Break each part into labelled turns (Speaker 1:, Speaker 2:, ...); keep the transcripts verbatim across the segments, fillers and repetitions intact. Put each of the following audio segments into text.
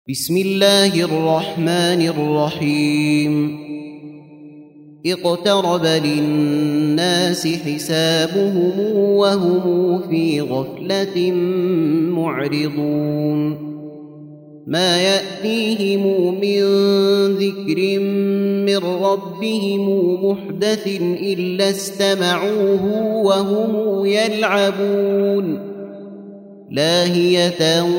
Speaker 1: بسم الله الرحمن الرحيم اقترب للناس حسابهم وهم في غفلة معرضون ما يأتيهم من ذكر من ربهم محدث إلا استمعوه وهم يلعبون لاهية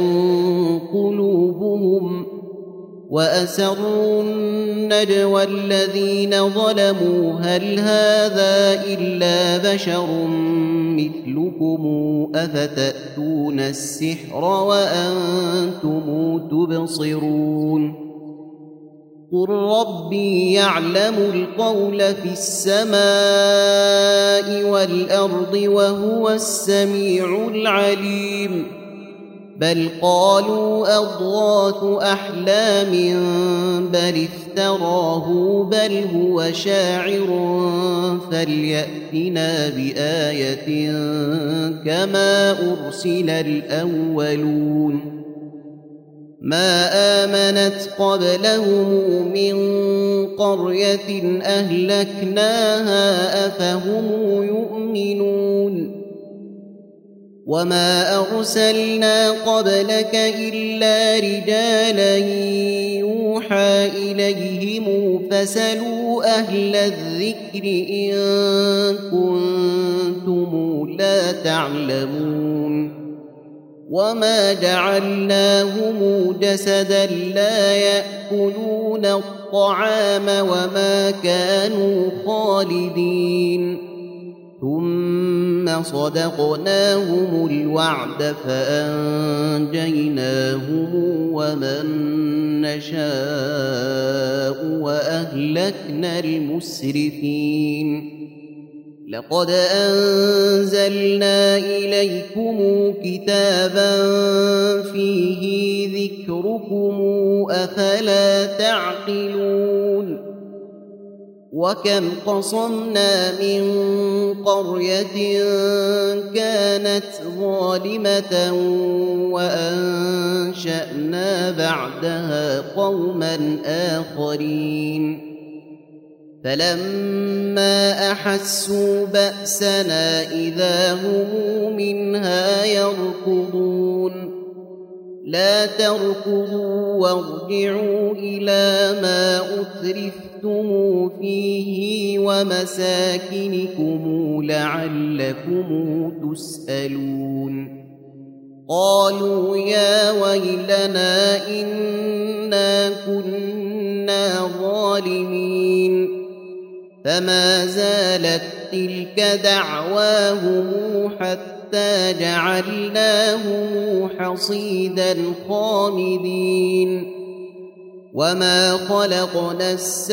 Speaker 1: قلوبهم وأسروا النجوى الذين ظلموا هل هذا إلا بشر مثلكم أفتأتون السحر وأنتم تبصرون قل ربي يعلم القول في السماء والأرض وهو السميع العليم بل قالوا أضغاث أحلام بل افتراه بل هو شاعر فليأتنا بآية كما أرسل الأولون ما آمنت قبلهم من قرية أهلكناها أفهم يؤمنون وما أرسلنا قبلك إلا رجالا يوحى إليهم فسلوا أهل الذكر إن كنتم لا تعلمون وما جعلناهم جسدا لا يأكلون الطعام وما كانوا خالدين ثم صدقناهم الوعد فأنجيناهم ومن نشاء وأهلكنا المسرفين لقد أنزلنا إليكم كتابا فيه ذكركم أفلا تعقلون وكم قصمنا من قرية كانت ظالمة وأنشأنا بعدها قوما آخرين فلما أحسوا بأسنا إذا هم منها يركضون لا تركضوا وارجعوا إلى ما أترفتم فيه ومساكنكم لعلكم تسألون قالوا يا ويلنا إنا كنا ظالمين فما زالت تلك دعواهم حتى جعلناهم حصيدا خامدين وما خلقنا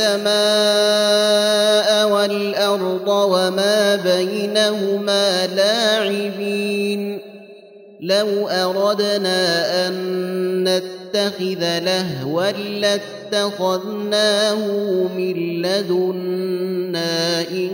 Speaker 1: السماء والأرض وما بينهما لاعبين لو أردنا أن نتخذ لهوا لاتخذناه من لدنا إن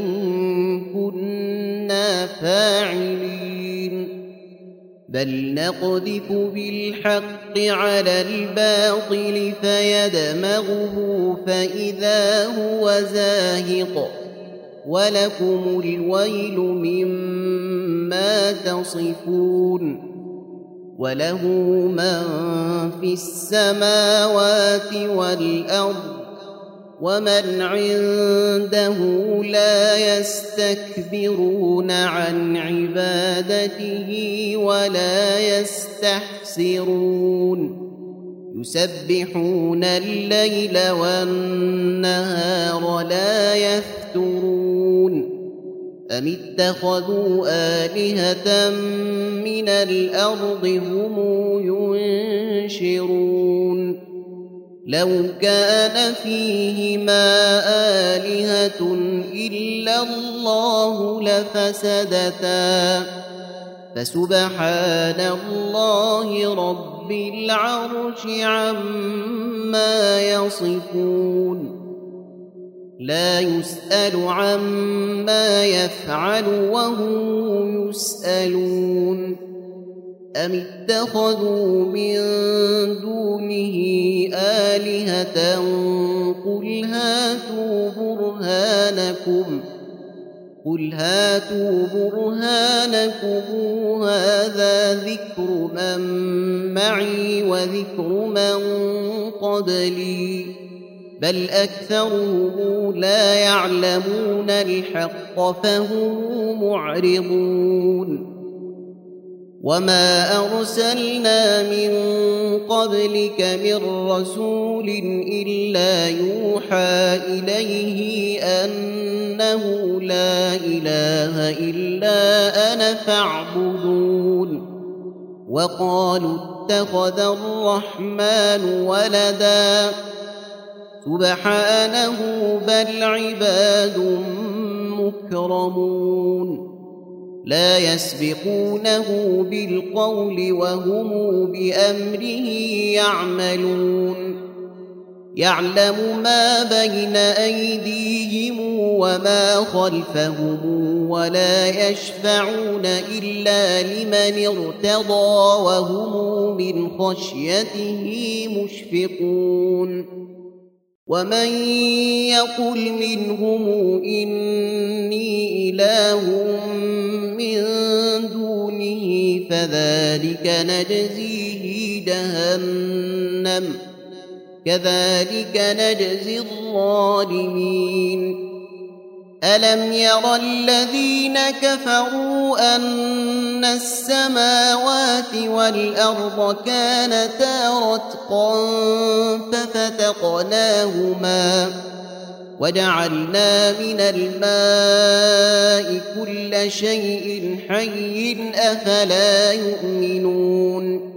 Speaker 1: كنا فاعلين بل نقذف بالحق على الباطل فيدمغه فإذا هو زاهق ولكم الويل مما تصفون وله من في السماوات والأرض ومن عنده لا يستكبرون عن عبادته ولا يستحسرون يسبحون الليل والنهار لا يفترون أم اتخذوا آلهة من الأرض هم ينشرون لو كان فيهما آلهة إلا الله لفسدتا فسبحان الله رب العرش عما يصفون لا يسأل عما يفعل وهم يسألون أم اتخذوا من دونه آلهة قل هاتوا برهانكم قل هاتوا برهانكم هذا ذكر من معي وذكر من قبلي بل أكثرهم لا يعلمون الحق فهم معرضون وما أرسلنا من قبلك من رسول إلا يوحى إليه أنه لا إله إلا أنا فاعبدون وقالوا اتخذ الرحمن ولدا سبحانه بل عباد مكرمون لا يسبقونه بالقول وهم بأمره يعملون يعلم ما بين أيديهم وما خلفهم ولا يشفعون إلا لمن ارتضى وهم من خشيته مشفقون ومن يقل منهم إني إله من دونه فذلك نجزيه جهنم كذلك نجزي الظالمين ألم ير الذين كفروا أن السماوات والأرض كانتا رتقا ففتقناهما وجعلنا من الماء كل شيء حي أفلا يؤمنون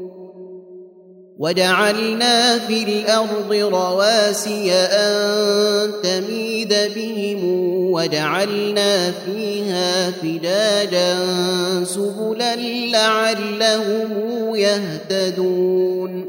Speaker 1: وجعلنا في الأرض رواسي أن تميد بهم وجعلنا فيها فجاجا سبلا لعلهم يهتدون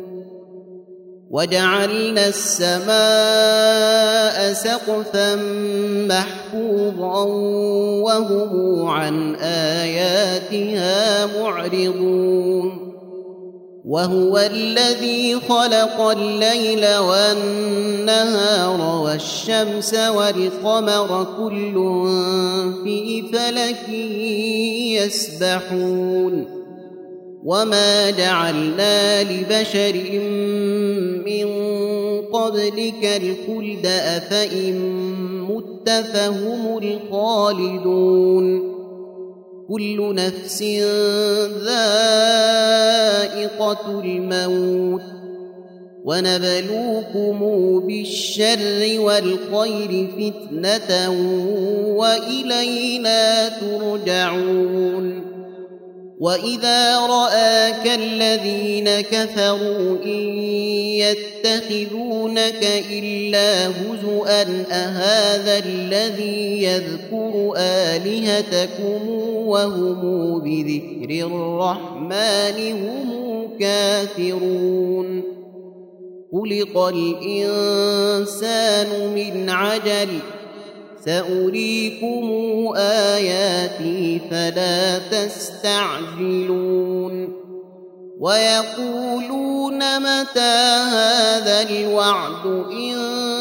Speaker 1: وجعلنا السماء سقفا محفوظا وهم عن آياتها معرضون وهو الذي خلق الليل والنهار والشمس والقمر كل في فلك يسبحون وما جعلنا لبشر من قبلك الخلد أفإن مت فهم الخالدون كل نفس ذائقة الموت ونبلوكم بالشر والخير فتنة وإلينا ترجعون وإذا رآك الذين كفروا إن يتخذونك إلا هزؤا أهذا الذي يذكر آلهتكم وهم بذكر الرحمن هم كافرون خلق الإنسان من عجل سأريكم آياتي فلا تستعجلون ويقولون متى هذا الوعد إن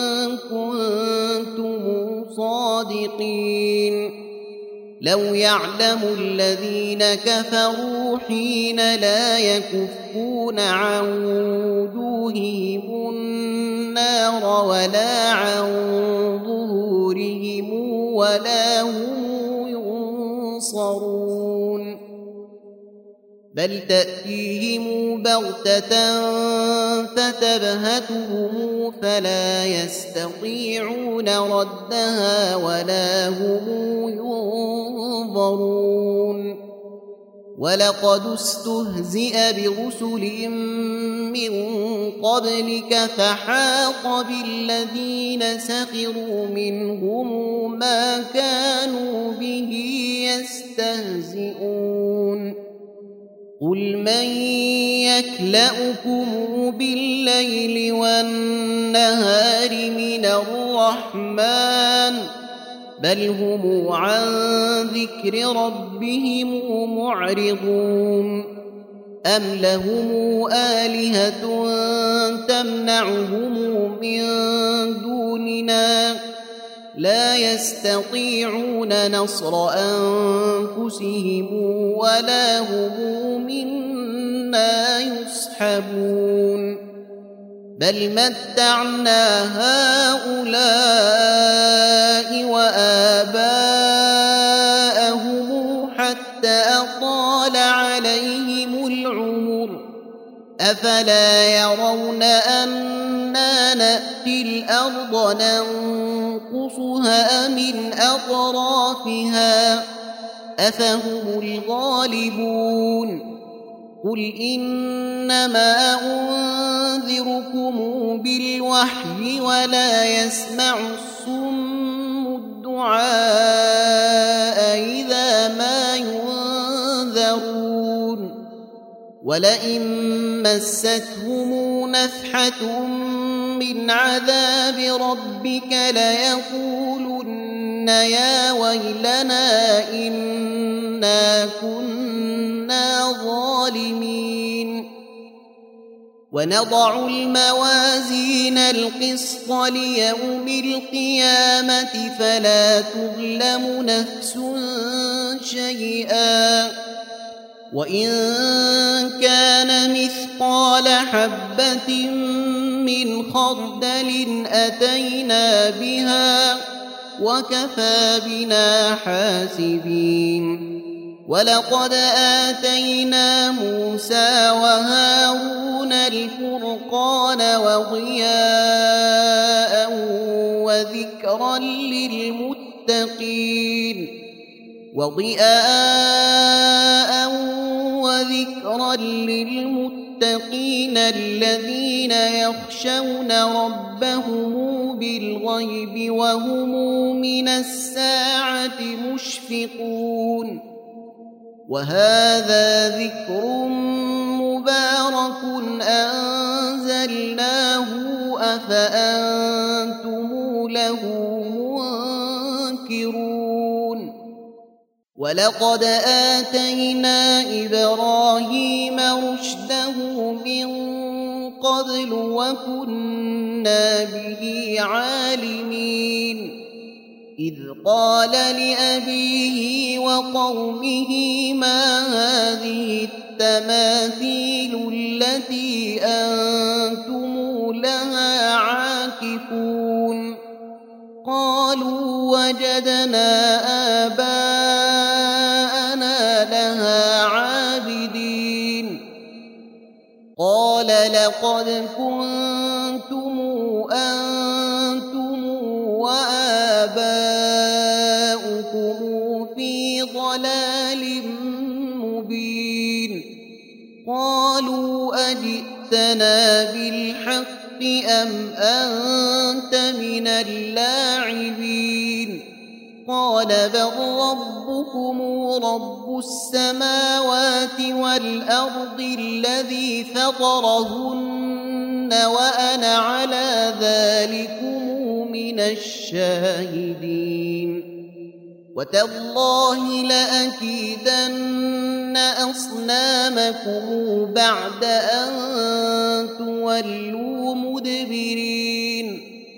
Speaker 1: كنتم صادقين لو يعلم الذين كفروا حين لا يكفون عن وجوههم النار ولا عن ظهورهم ولا هم ينصرون بل تأتيهم بغتة فتبهتهم فلا يستطيعون ردها ولا هم ينظرون ولقد استهزئ برسل من قبلك فحاق بالذين سخروا منهم ما كانوا به يستهزئون قل من يكلؤكم بالليل والنهار من الرحمن بل هم عن ذكر ربهم معرضون أم لهم آلهة تمنعهم من دوننا لا يستطيعون نصر أنفسهم ولا هم منا يصحبون بل متعنا هؤلاء وآباءهم حتى أطال عليهم العمر أفلا يرون أنا نأتي الأرض ننقصها من أطرافها أفهم الغالبون قل إنما أنذركم بالوحي ولا يسمع الصم الدعاء إذا ما ينذرون ولئن مستهم نفحة من عذاب ربك ليقولن يا ويلنا إنا كنا ظالمين ونضع الموازين القسط ليوم القيامة فلا تظلم نفس شيئا وإن كان مثقال حبة من خردل أتينا بها وكفى بنا حاسبين ولقد آتينا موسى وهارون الفرقان وضياء وذكرا للمتقين وضياء وذكرا للمتقين الذين يخشون ربهم بالغيب وهم من الساعة مشفقون وهذا ذكر مبارك أنزلناه أفأنتم له منكرون ولقد آتينا إبراهيم رشده من قبل وكنا به عالمين إذ قال لأبيه وقومه ما هذه التماثيل التي أنتم لها عاكفون قالوا وجدنا آباءنا لها عابدين قال لقد كنتم أنتم وآباؤكم في ضلال مبين قالوا أجئتنا بالحق أم أنت من اللاعبين قال بل ربكم رب السماوات والأرض الذي فطرهن وأنا على ذلكم من الشاهدين وتالله لأكيدن أصنامكم بعد أن تولوا مدبرين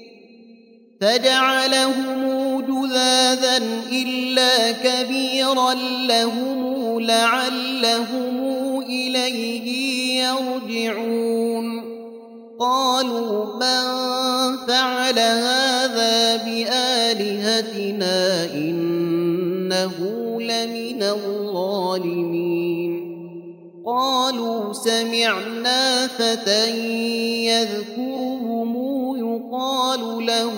Speaker 1: فجعلهم جذاذا إلا كبيرا لهم لعلهم إليه يرجعون قالوا من فعل هذا بآلهتنا إنه لمن الظالمين قالوا سمعنا فتى يذكرهم يقال له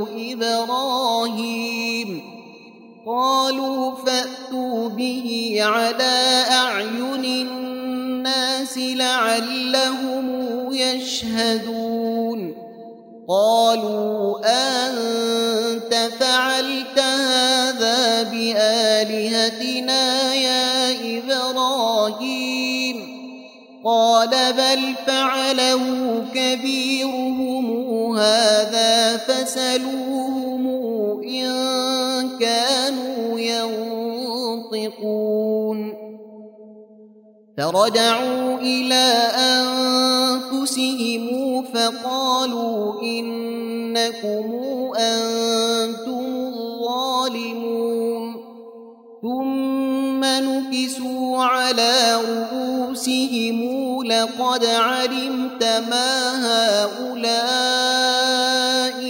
Speaker 1: إبراهيم قالوا فأتوا به على أعين الناس لعلهم يشهدون قالوا أنت فعلت هذا بآلهتنا يا إبراهيم قال بل فعله كبيرهم هذا فسلوهم إن كانوا ينطقون فرجعوا إلى أنفسهم فقالوا إنكم أنتم الظالمون ثم نكسوا على رؤوسهم لقد علمت ما هؤلاء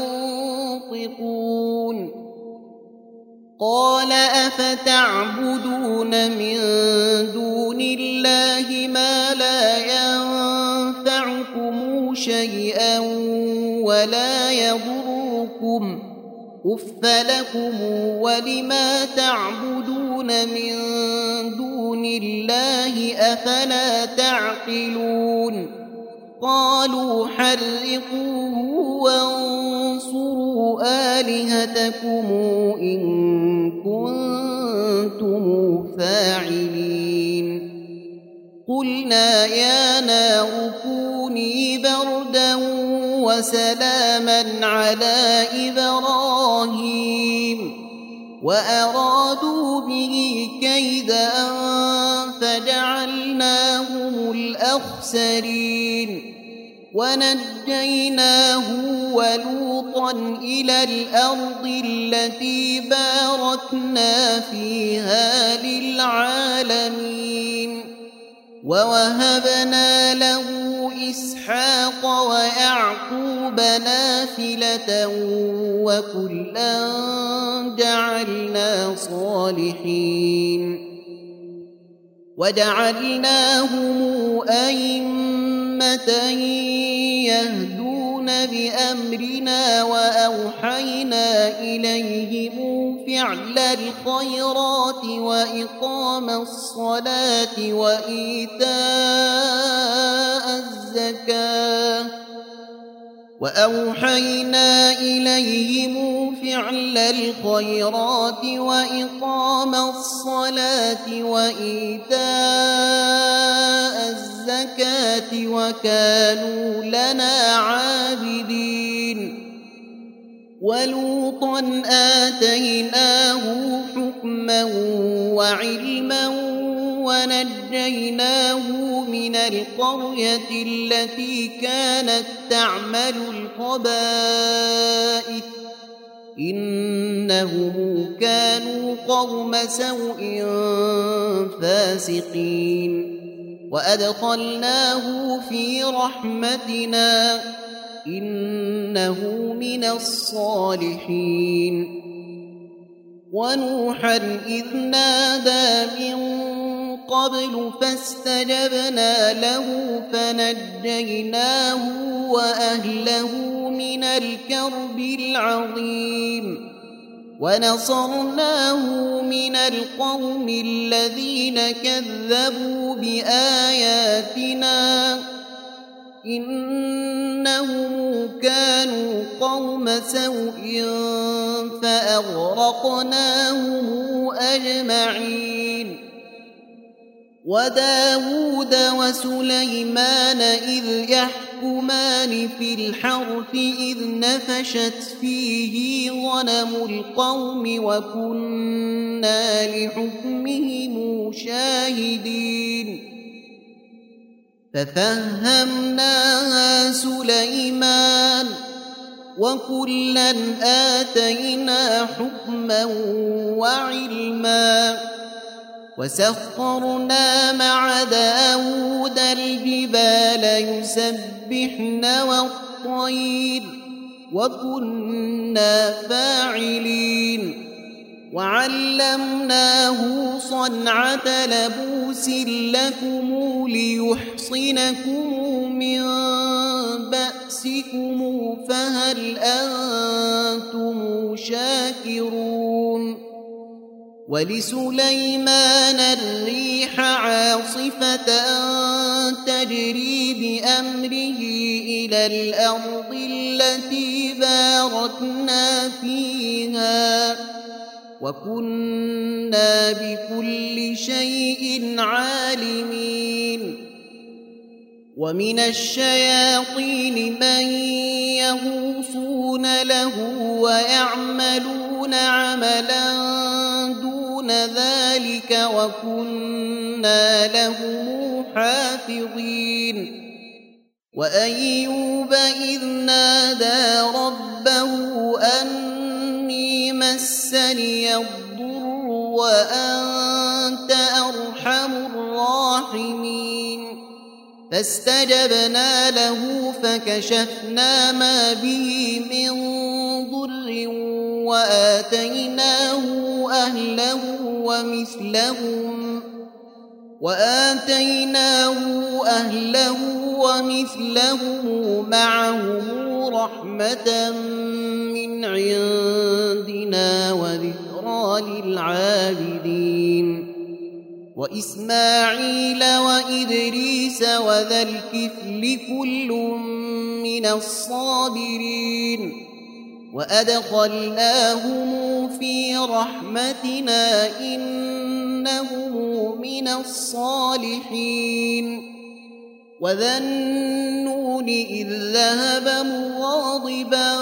Speaker 1: ينطقون قال أفتعبدون من دون الله ما لا ينفعكم شيئا ولا يضركم أف لكم ولما تعبدون من دون الله أفلا تعقلون قالوا حرقوه وانصروا آلهتكم إن كنتم فاعلين قلنا يا نار كوني بردا وسلاما على إبراهيم وأرادوا به كيدا فجعلناهم الأخسرين ونجيناه ولوطا إلى الأرض التي باركنا فيها للعالمين ووهبنا له إسحاق ويعقوب نافلة وكلا جعلنا صالحين وجعلناهم أئمة يهدون بأمرنا وأوحينا إليهم فعل الخيرات وإقام الصلاة وإيتاء الزكاة وأوحينا إليهم فعل الخيرات وإقام الصلاة وإيتاء الزكاة وكانوا لنا عابدين ولوطا آتيناه حكما وعلما ونجيناه من القرية التي كانت تعمل الخبائث إنهم كانوا قوم سوء فاسقين وأدخلناه في رحمتنا إنه من الصالحين ونوحا إذ نادى من قبل فاستجبنا له فنجيناه وأهله من الكرب العظيم ونصرناه من القوم الذين كذبوا بآياتنا إنهم كانوا قوم سوء فأغرقناهم أجمعين وداود وسليمان إذ يحكمان في الحرث إذ نفشت فيه غنم القوم وكنا لحكمهم شاهدين ففهمناها سليمان وكلا آتينا حكما وعلما وسخرنا مع داود الجبال يسبحن والطير وكنا فاعلين وعلمناه صنعة لبوس لكم ليحصنكم من بأسكم فهل أنتم شاكرون ولسليمان الريح عاصفة تجري بأمره إلى الأرض التي باركنا فيها وكنا بكل شيء عالمين ومن الشياطين من يغوصون له ويعملون عملا دون ذلك وكنا كنا لهم حافظين وأيوب إذ نادى ربه أني مسني الضر وأنت أرحم الراحمين فاستجبنا له فكشفنا ما به من ضر وآتيناه أهله ومثلهم وآتيناه أهله ومثلهم معهم رحمة من عندنا وذكرى للعابدين وإسماعيل وإدريس وذا الكفل كل من الصابرين وأدخلناهم في رحمتنا إنهم من الصالحين وذا النون إذ ذهب مغاضبا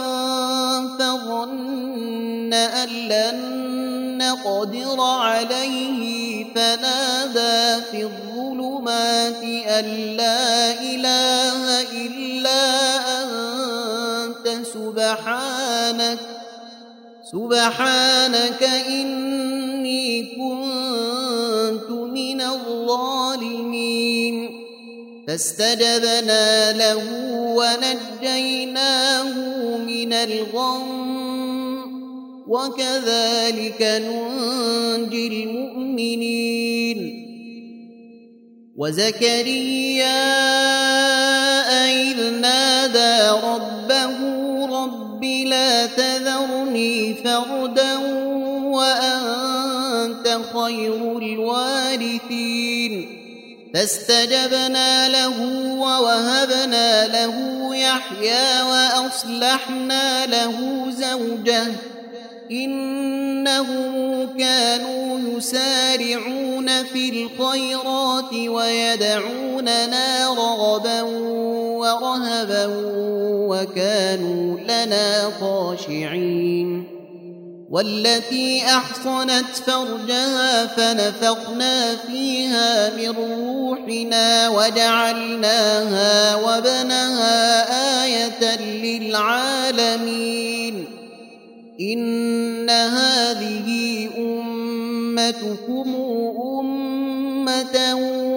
Speaker 1: فظن أن لن نقدر عليه فنادى في الظلمات أن لا إله إلا أنت سبحانك سبحانك إني كنت من الظالمين فاستجبنا له ونجيناه من الغم وكذلك ننجي المؤمنين وزكريا إذ نادى ربه رب لا تذرني فردا وأنت خير الوارثين فاستجبنا له ووهبنا له يحيى وأصلحنا له زوجه إنهم كانوا يسارعون في الخيرات ويدعوننا رغبا ورهبا وكانوا لنا خاشعين والتي أحصنت فرجها فنفخنا فيها من روحنا وجعلناها وابنها آية للعالمين إن هذه أمتكم أمة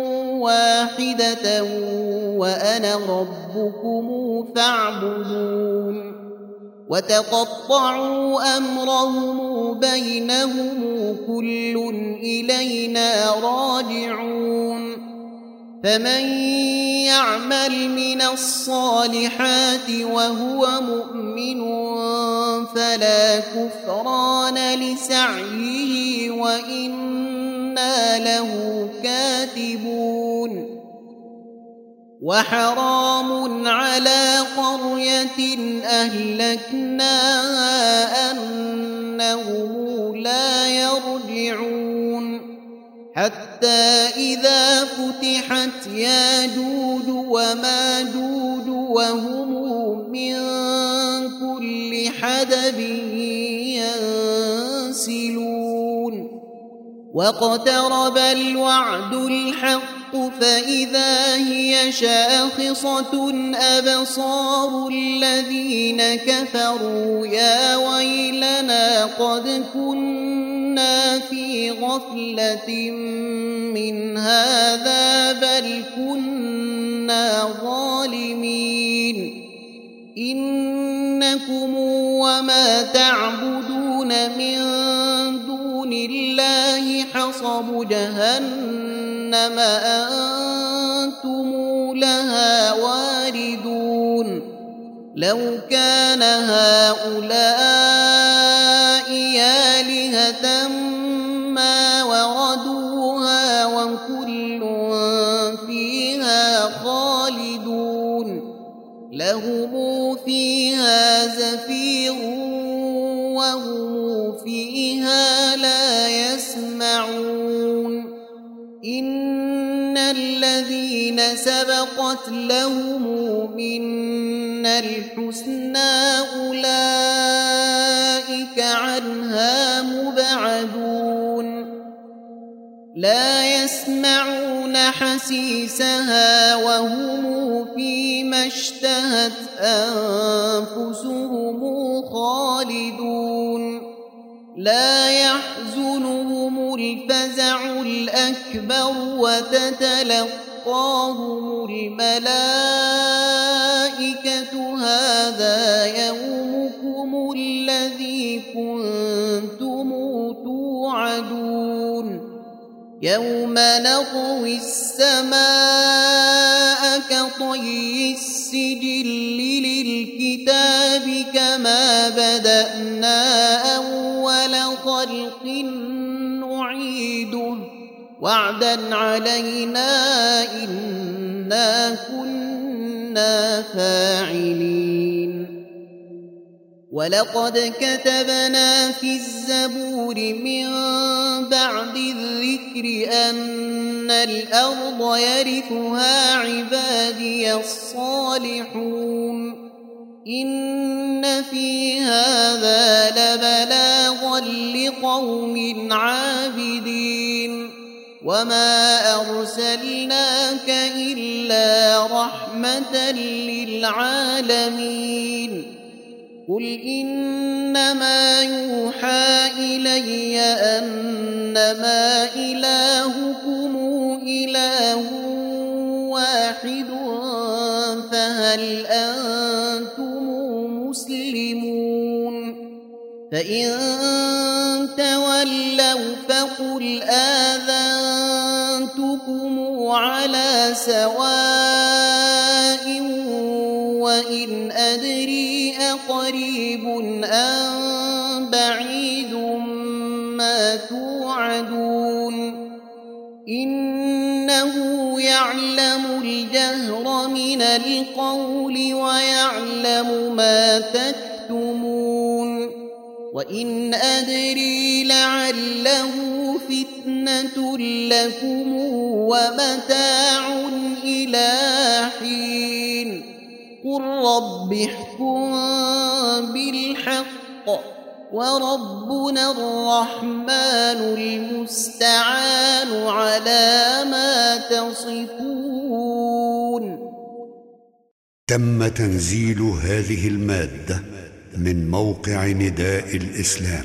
Speaker 1: واحدة وأنا ربكم فاعبدون وتقطعوا أمرهم بينهم كل إلينا راجعون فمن يعمل من الصالحات وهو مؤمن فلا كفران لسعيه وإنا له كاتبون وحرام على قرية أهلكناها أنهم لا يرجعون حتى إذا فتحت ياجوج وماجوج وهم من كل حدب ينسلون واقترب الوعد الحق فإذا هي شاخصة أبصار الذين كفروا يا ويلنا قد كنا في غفلة من هذا بل كنا ظالمين إنكم وما تعبدون من دون الله حصب جهنم أنتم لها واردون لو كان هؤلاء آلهة ما وردوها وكل فيها خالدون لهم فيها زفير وهم فيها لا يسمعون إن الذين سبقت لهم منا الحسنى أولئك عنها مبعدون لا يسمعون حسيسها وهم فيما اشتهت أنفسهم خالدون لا يحزنهم الفزع الأكبر وتتلقاهم الملائكة هذا يومكم الذي كنتم توعدون يوم نطوي السماء كطي السجل للكتاب كما بدأنا أول خلق نعيده وعدا علينا إنا كنا فاعلين ولقد كتبنا في الزبور من بعد الذكر أن الأرض يرثها عبادي الصالحون إن في هذا لبلاغا لقوم عابدين وما أرسلناك إلا رحمة للعالمين قل إنما يوحى إلي أنما إلهكم إله واحد فهل أنتم مسلمون فإن تولوا فقل آذنتكم على سواء وإن أدري أقريب أم بعيد ما توعدون إنه يعلم الجهر من القول ويعلم ما تكتمون وإن أدري لعله فتنة لكم ومتاع إلى حين قل رب احكم بالحق وربنا الرحمن المستعان على ما تصفون.
Speaker 2: تم تنزيل هذه المادة من موقع نداء الإسلام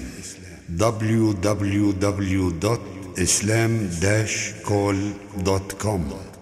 Speaker 2: دبليو دبليو دبليو دوت إسلام داش كول دوت كوم.